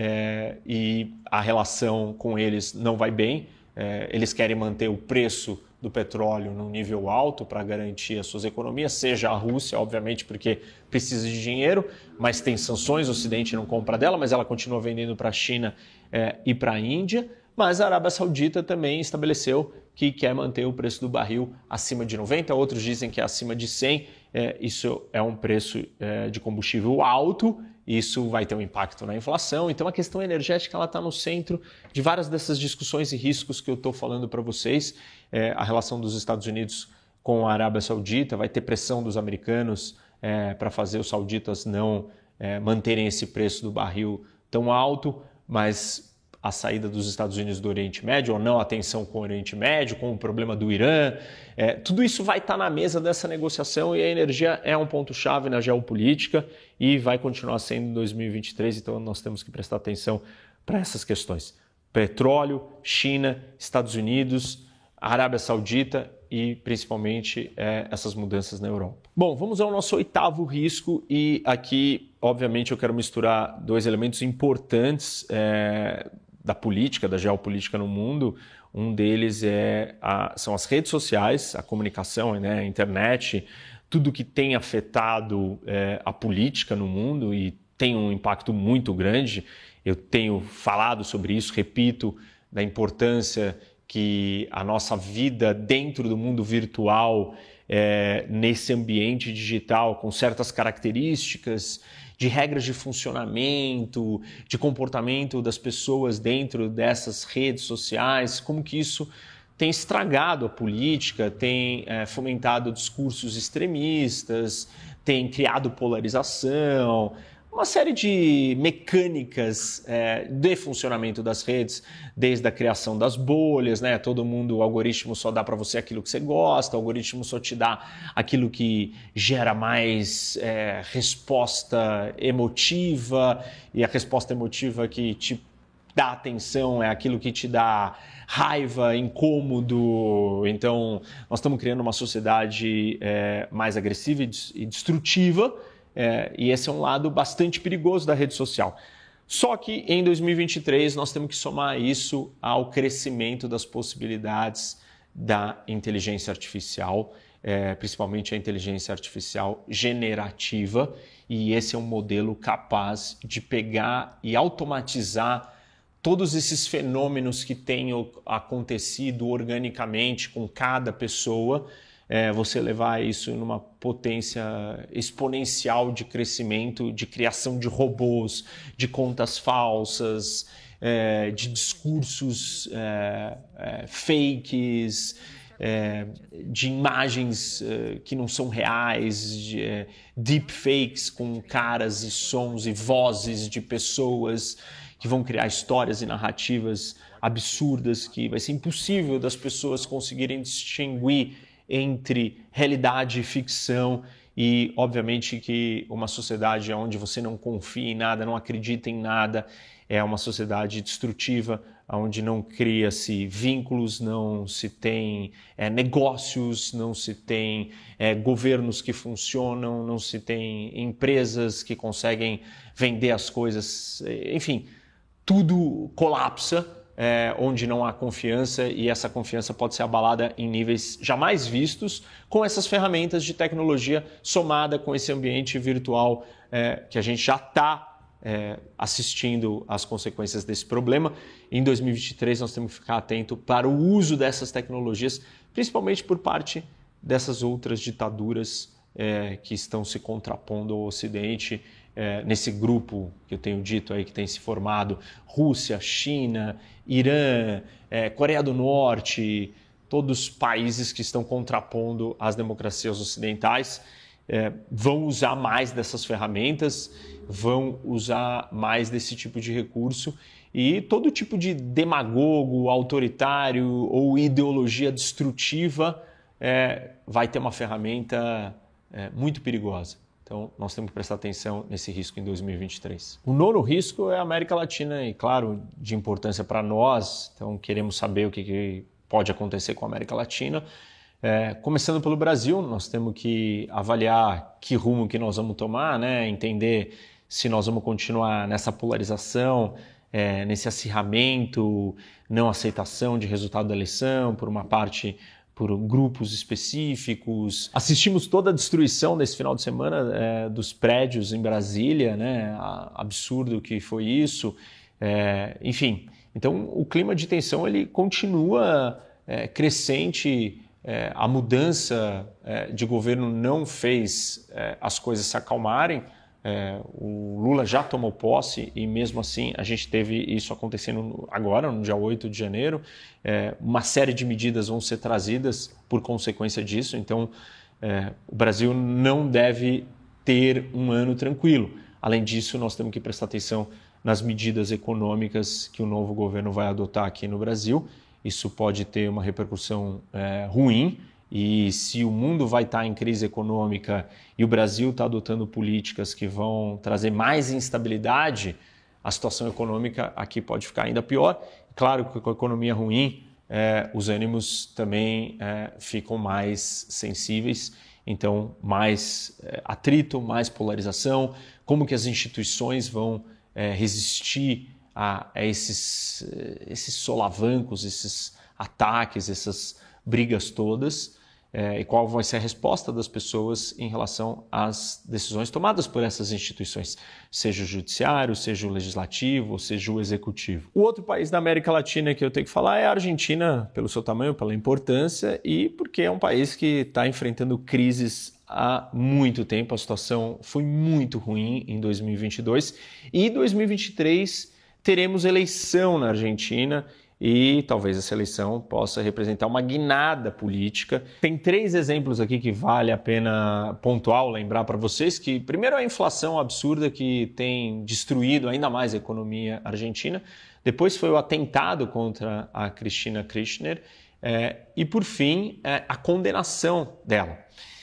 Speaker 2: é, e a relação com eles não vai bem. É, eles querem manter o preço do petróleo num nível alto para garantir as suas economias, seja a Rússia, obviamente, porque precisa de dinheiro, mas tem sanções, o Ocidente não compra dela, mas ela continua vendendo para a China é, e para a Índia. Mas a Arábia Saudita também estabeleceu que quer manter o preço do barril acima de noventa, outros dizem que é acima de cem. É, isso é um preço é, de combustível alto, isso vai ter um impacto na inflação. Então a questão energética está no centro de várias dessas discussões e riscos que eu estou falando para vocês. É, a relação dos Estados Unidos com a Arábia Saudita, vai ter pressão dos americanos é, para fazer os sauditas não é, manterem esse preço do barril tão alto, mas a saída dos Estados Unidos do Oriente Médio, ou não a tensão com o Oriente Médio, com o problema do Irã, é, tudo isso vai estar na mesa dessa negociação e a energia é um ponto-chave na geopolítica e vai continuar sendo em dois mil e vinte e três, então nós temos que prestar atenção para essas questões. Petróleo, China, Estados Unidos, Arábia Saudita e principalmente é, essas mudanças na Europa. Bom, vamos ao nosso oitavo risco e aqui, obviamente, eu quero misturar dois elementos importantes é, da política, da geopolítica no mundo. Um deles é a, são as redes sociais, a comunicação, né, a internet, tudo que tem afetado é, a política no mundo e tem um impacto muito grande. Eu tenho falado sobre isso, repito, da importância que a nossa vida dentro do mundo virtual, é, nesse ambiente digital, com certas características de regras de funcionamento, de comportamento das pessoas dentro dessas redes sociais, como que isso tem estragado a política, tem é, fomentado discursos extremistas, tem criado polarização, uma série de mecânicas é, de funcionamento das redes, desde a criação das bolhas, né? Todo mundo, o algoritmo só dá para você aquilo que você gosta, o algoritmo só te dá aquilo que gera mais é, resposta emotiva, e a resposta emotiva que te dá atenção é aquilo que te dá raiva, incômodo. Então, nós estamos criando uma sociedade é, mais agressiva e destrutiva, É, e esse é um lado bastante perigoso da rede social. Só que em dois mil e vinte e três nós temos que somar isso ao crescimento das possibilidades da inteligência artificial, é, principalmente a inteligência artificial generativa, e esse é um modelo capaz de pegar e automatizar todos esses fenômenos que têm acontecido organicamente com cada pessoa. É, você levar isso numa potência exponencial de crescimento, de criação de robôs, de contas falsas, é, de discursos é, é, fakes, é, de imagens é, que não são reais, de é, deepfakes com caras e sons e vozes de pessoas que vão criar histórias e narrativas absurdas que vai ser impossível das pessoas conseguirem distinguir entre realidade e ficção. E, obviamente, que uma sociedade onde você não confia em nada, não acredita em nada, é uma sociedade destrutiva, onde não cria-se vínculos, não se tem é, negócios, não se tem é, governos que funcionam, não se tem empresas que conseguem vender as coisas, enfim, tudo colapsa. É, onde não há confiança, e essa confiança pode ser abalada em níveis jamais vistos com essas ferramentas de tecnologia somada com esse ambiente virtual é, que a gente já está é, assistindo às consequências desse problema. Em dois mil e vinte e três nós temos que ficar atento para o uso dessas tecnologias, principalmente por parte dessas outras ditaduras é, que estão se contrapondo ao Ocidente, É, nesse grupo que eu tenho dito aí que tem se formado: Rússia, China, Irã, é, Coreia do Norte, todos os países que estão contrapondo às democracias ocidentais, é, vão usar mais dessas ferramentas, vão usar mais desse tipo de recurso, e todo tipo de demagogo, autoritário ou ideologia destrutiva é, vai ter uma ferramenta é, muito perigosa. Então, nós temos que prestar atenção nesse risco em dois mil e vinte e três. O nono risco é a América Latina e, claro, de importância para nós. Então, queremos saber o que pode acontecer com a América Latina. É, começando pelo Brasil, nós temos que avaliar que rumo que nós vamos tomar, né? Entender se nós vamos continuar nessa polarização, é, nesse acirramento, não aceitação de resultado da eleição por uma parte, por grupos específicos. Assistimos toda a destruição nesse final de semana é, dos prédios em Brasília, né? Absurdo que foi isso. É, enfim, então o clima de tensão ele continua é, crescente. É, a mudança é, de governo não fez é, as coisas se acalmarem. É, o Lula já tomou posse e mesmo assim a gente teve isso acontecendo agora, no dia oito de janeiro. É, uma série de medidas vão ser trazidas por consequência disso, então é, o Brasil não deve ter um ano tranquilo. Além disso, nós temos que prestar atenção nas medidas econômicas que o novo governo vai adotar aqui no Brasil. Isso pode ter uma repercussão é, ruim. E se o mundo vai estar em crise econômica e o Brasil está adotando políticas que vão trazer mais instabilidade, a situação econômica aqui pode ficar ainda pior. Claro que com a economia ruim, é, os ânimos também é, ficam mais sensíveis, então mais é, atrito, mais polarização, como que as instituições vão é, resistir a, a esses, esses solavancos, esses ataques, essas brigas todas, é, e qual vai ser a resposta das pessoas em relação às decisões tomadas por essas instituições, seja o judiciário, seja o legislativo, seja o executivo. O outro país da América Latina que eu tenho que falar é a Argentina, pelo seu tamanho, pela importância e porque é um país que está enfrentando crises há muito tempo. A situação foi muito ruim em dois mil e vinte e dois e em dois mil e vinte e três teremos eleição na Argentina e talvez essa eleição possa representar uma guinada política. Tem três exemplos aqui que vale a pena pontuar ou lembrar para vocês, que primeiro a inflação absurda que tem destruído ainda mais a economia argentina, depois foi o atentado contra a Cristina Kirchner é, e por fim é, a condenação dela.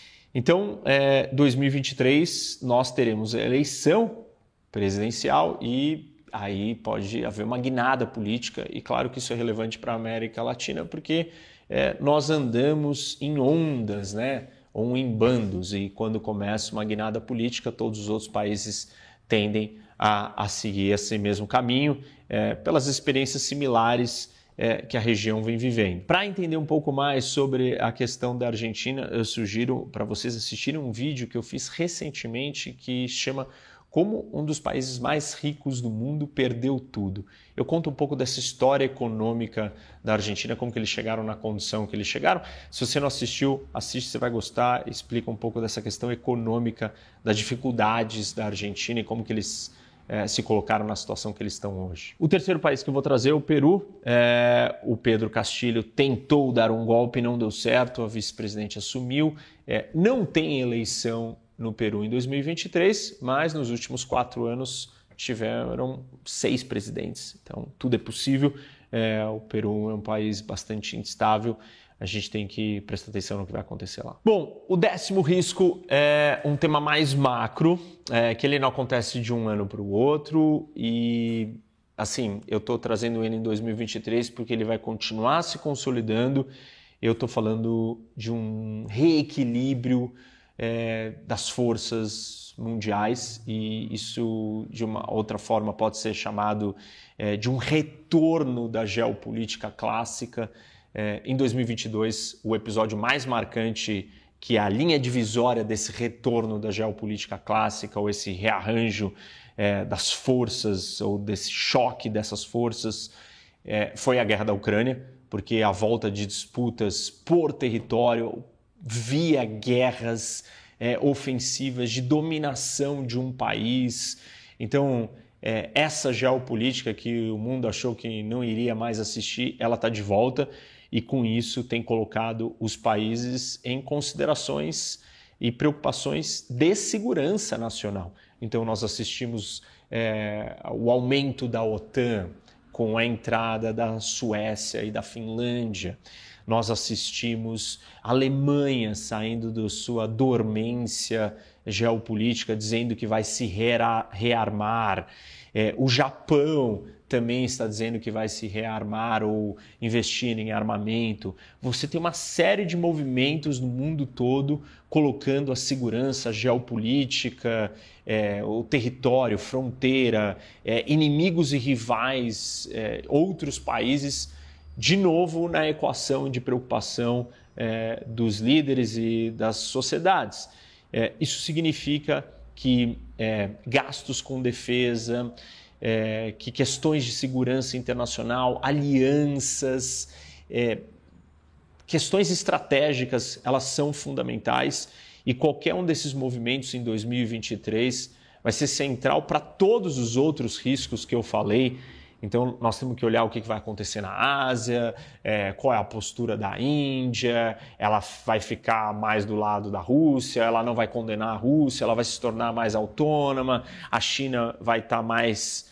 Speaker 2: Então, é, dois mil e vinte e três nós teremos a eleição presidencial e aí pode haver uma guinada política e claro que isso é relevante para a América Latina porque é, nós andamos em ondas, né, ou em bandos e quando começa uma guinada política todos os outros países tendem a, a seguir esse mesmo caminho é, pelas experiências similares é, que a região vem vivendo. Para entender um pouco mais sobre a questão da Argentina, eu sugiro para vocês assistirem um vídeo que eu fiz recentemente que chama Como um dos países mais ricos do mundo perdeu tudo. Eu conto um pouco dessa história econômica da Argentina, como que eles chegaram na condição que eles chegaram. Se você não assistiu, assiste, você vai gostar. Explica um pouco dessa questão econômica, das dificuldades da Argentina e como que eles é, se colocaram na situação que eles estão hoje. O terceiro país que eu vou trazer é o Peru. É, o Pedro Castillo tentou dar um golpe, não deu certo, a vice-presidente assumiu. É, não tem eleição no Peru em dois mil e vinte e três, mas nos últimos quatro anos tiveram seis presidentes. Então, tudo é possível. É, o Peru é um país bastante instável. A gente tem que prestar atenção no que vai acontecer lá. Bom, o décimo risco é um tema mais macro, é, que ele não acontece de um ano para o outro. E, assim, eu estou trazendo ele em dois mil e vinte e três porque ele vai continuar se consolidando. Eu estou falando de um reequilíbrio É, das forças mundiais e isso de uma outra forma pode ser chamado é, de um retorno da geopolítica clássica. É, em dois mil e vinte e dois, o episódio mais marcante, que é a linha divisória desse retorno da geopolítica clássica ou esse rearranjo é, das forças ou desse choque dessas forças é, foi a guerra da Ucrânia, porque a volta de disputas por território via guerras é, ofensivas de dominação de um país. Então, é, essa geopolítica que o mundo achou que não iria mais assistir, ela está de volta e com isso tem colocado os países em considerações e preocupações de segurança nacional. Então, nós assistimos é, o aumento da OTAN com a entrada da Suécia e da Finlândia. Nós assistimos a Alemanha saindo da sua dormência geopolítica, dizendo que vai se rearmar. É, o Japão também está dizendo que vai se rearmar ou investir em armamento. Você tem uma série de movimentos no mundo todo colocando a segurança geopolítica, é, o território, fronteira, é, inimigos e rivais, é, outros países, de novo na equação de preocupação é, dos líderes e das sociedades. É, isso significa que é, gastos com defesa, é, que questões de segurança internacional, alianças, é, questões estratégicas, elas são fundamentais e qualquer um desses movimentos em dois mil e vinte e três vai ser central para todos os outros riscos que eu falei. Então, nós temos que olhar o que vai acontecer na Ásia, é, qual é a postura da Índia, ela vai ficar mais do lado da Rússia, ela não vai condenar a Rússia, ela vai se tornar mais autônoma, a China vai estar mais,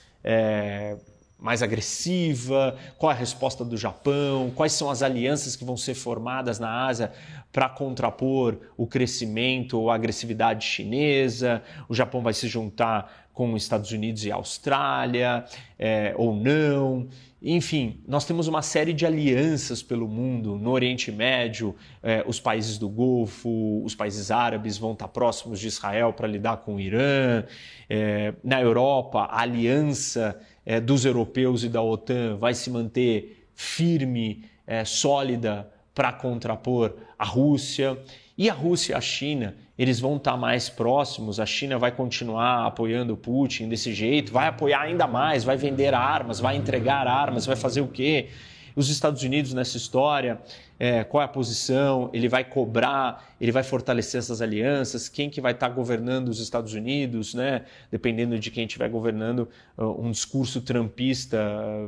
Speaker 2: é, mais agressiva, qual é a resposta do Japão, quais são as alianças que vão ser formadas na Ásia para contrapor o crescimento ou a agressividade chinesa, o Japão vai se juntar com os Estados Unidos e a Austrália, é, ou não. Enfim, nós temos uma série de alianças pelo mundo. No Oriente Médio, é, os países do Golfo, os países árabes vão estar próximos de Israel para lidar com o Irã. É, na Europa, a aliança é, dos europeus e da OTAN vai se manter firme é, sólida para contrapor a Rússia. E a Rússia e a China, eles vão estar mais próximos, a China vai continuar apoiando o Putin desse jeito, vai apoiar ainda mais, vai vender armas, vai entregar armas, vai fazer o quê? Os Estados Unidos nessa história, é, qual é a posição? Ele vai cobrar, ele vai fortalecer essas alianças, quem que vai estar governando os Estados Unidos, né? Dependendo de quem estiver governando, um discurso trumpista,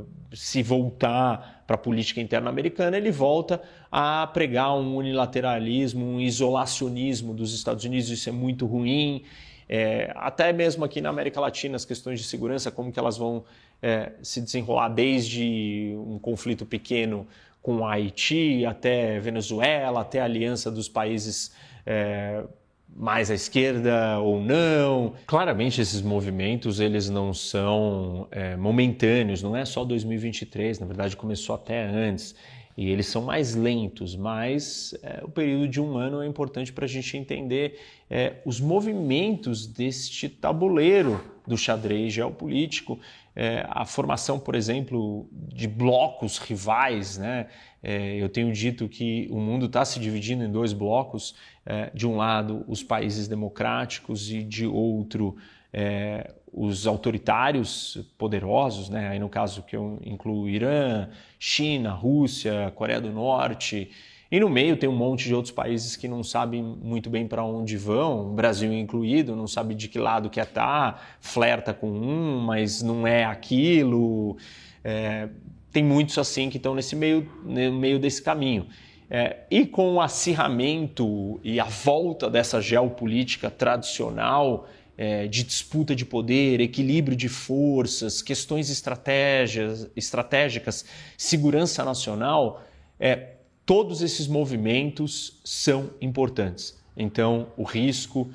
Speaker 2: se voltar para a política interna americana, ele volta a pregar um unilateralismo, um isolacionismo dos Estados Unidos, isso é muito ruim. É, até mesmo aqui na América Latina, as questões de segurança, como que elas vão é, se desenrolar desde um conflito pequeno com o Haiti, até Venezuela, até a aliança dos países é, mais à esquerda ou não. Claramente esses movimentos eles não são é, momentâneos, não é só dois mil e vinte e três, na verdade começou até antes. E eles são mais lentos, mas é, o período de um ano é importante para a gente entender é, os movimentos deste tabuleiro do xadrez geopolítico, é, a formação, por exemplo, de blocos rivais, né? É, eu tenho dito que o mundo está se dividindo em dois blocos, é, de um lado os países democráticos e de outro é, os autoritários poderosos, né? Aí no caso que eu incluo Irã, China, Rússia, Coreia do Norte, e no meio tem um monte de outros países que não sabem muito bem para onde vão, o Brasil incluído, não sabe de que lado quer estar, flerta com um, mas não é aquilo. É, tem muitos assim que estão nesse meio, no meio desse caminho. É, e com o acirramento e a volta dessa geopolítica tradicional, É, de disputa de poder, equilíbrio de forças, questões estratégias, estratégicas, segurança nacional, é, todos esses movimentos são importantes. Então, o risco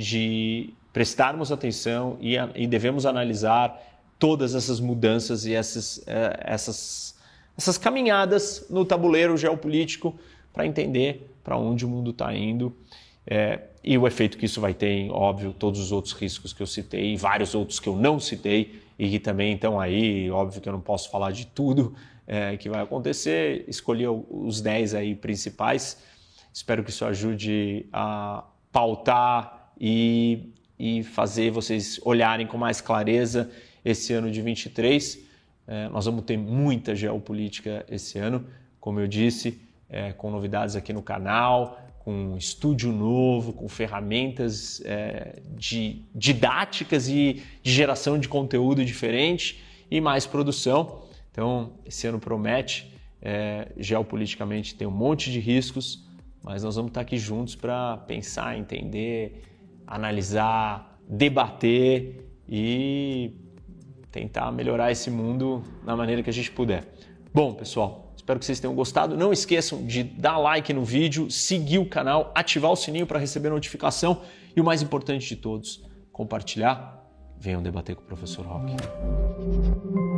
Speaker 2: de prestarmos atenção e, e devemos analisar todas essas mudanças e essas, é, essas, essas caminhadas no tabuleiro geopolítico para entender para onde o mundo está indo. É, e o efeito que isso vai ter em, óbvio, todos os outros riscos que eu citei e vários outros que eu não citei e que também estão aí, óbvio que eu não posso falar de tudo é, que vai acontecer, escolhi os dez aí principais, espero que isso ajude a pautar e, e fazer vocês olharem com mais clareza esse ano de vinte e três, é, nós vamos ter muita geopolítica esse ano, como eu disse, é, com novidades aqui no canal, com um estúdio novo, com ferramentas é, de didáticas e de geração de conteúdo diferente e mais produção. Então, esse ano promete, é, geopoliticamente tem um monte de riscos, mas nós vamos estar aqui juntos para pensar, entender, analisar, debater e tentar melhorar esse mundo da maneira que a gente puder. Bom, pessoal, espero que vocês tenham gostado. Não esqueçam de dar like no vídeo, seguir o canal, ativar o sininho para receber notificação e o mais importante de todos, compartilhar. Venham debater com o professor Roque.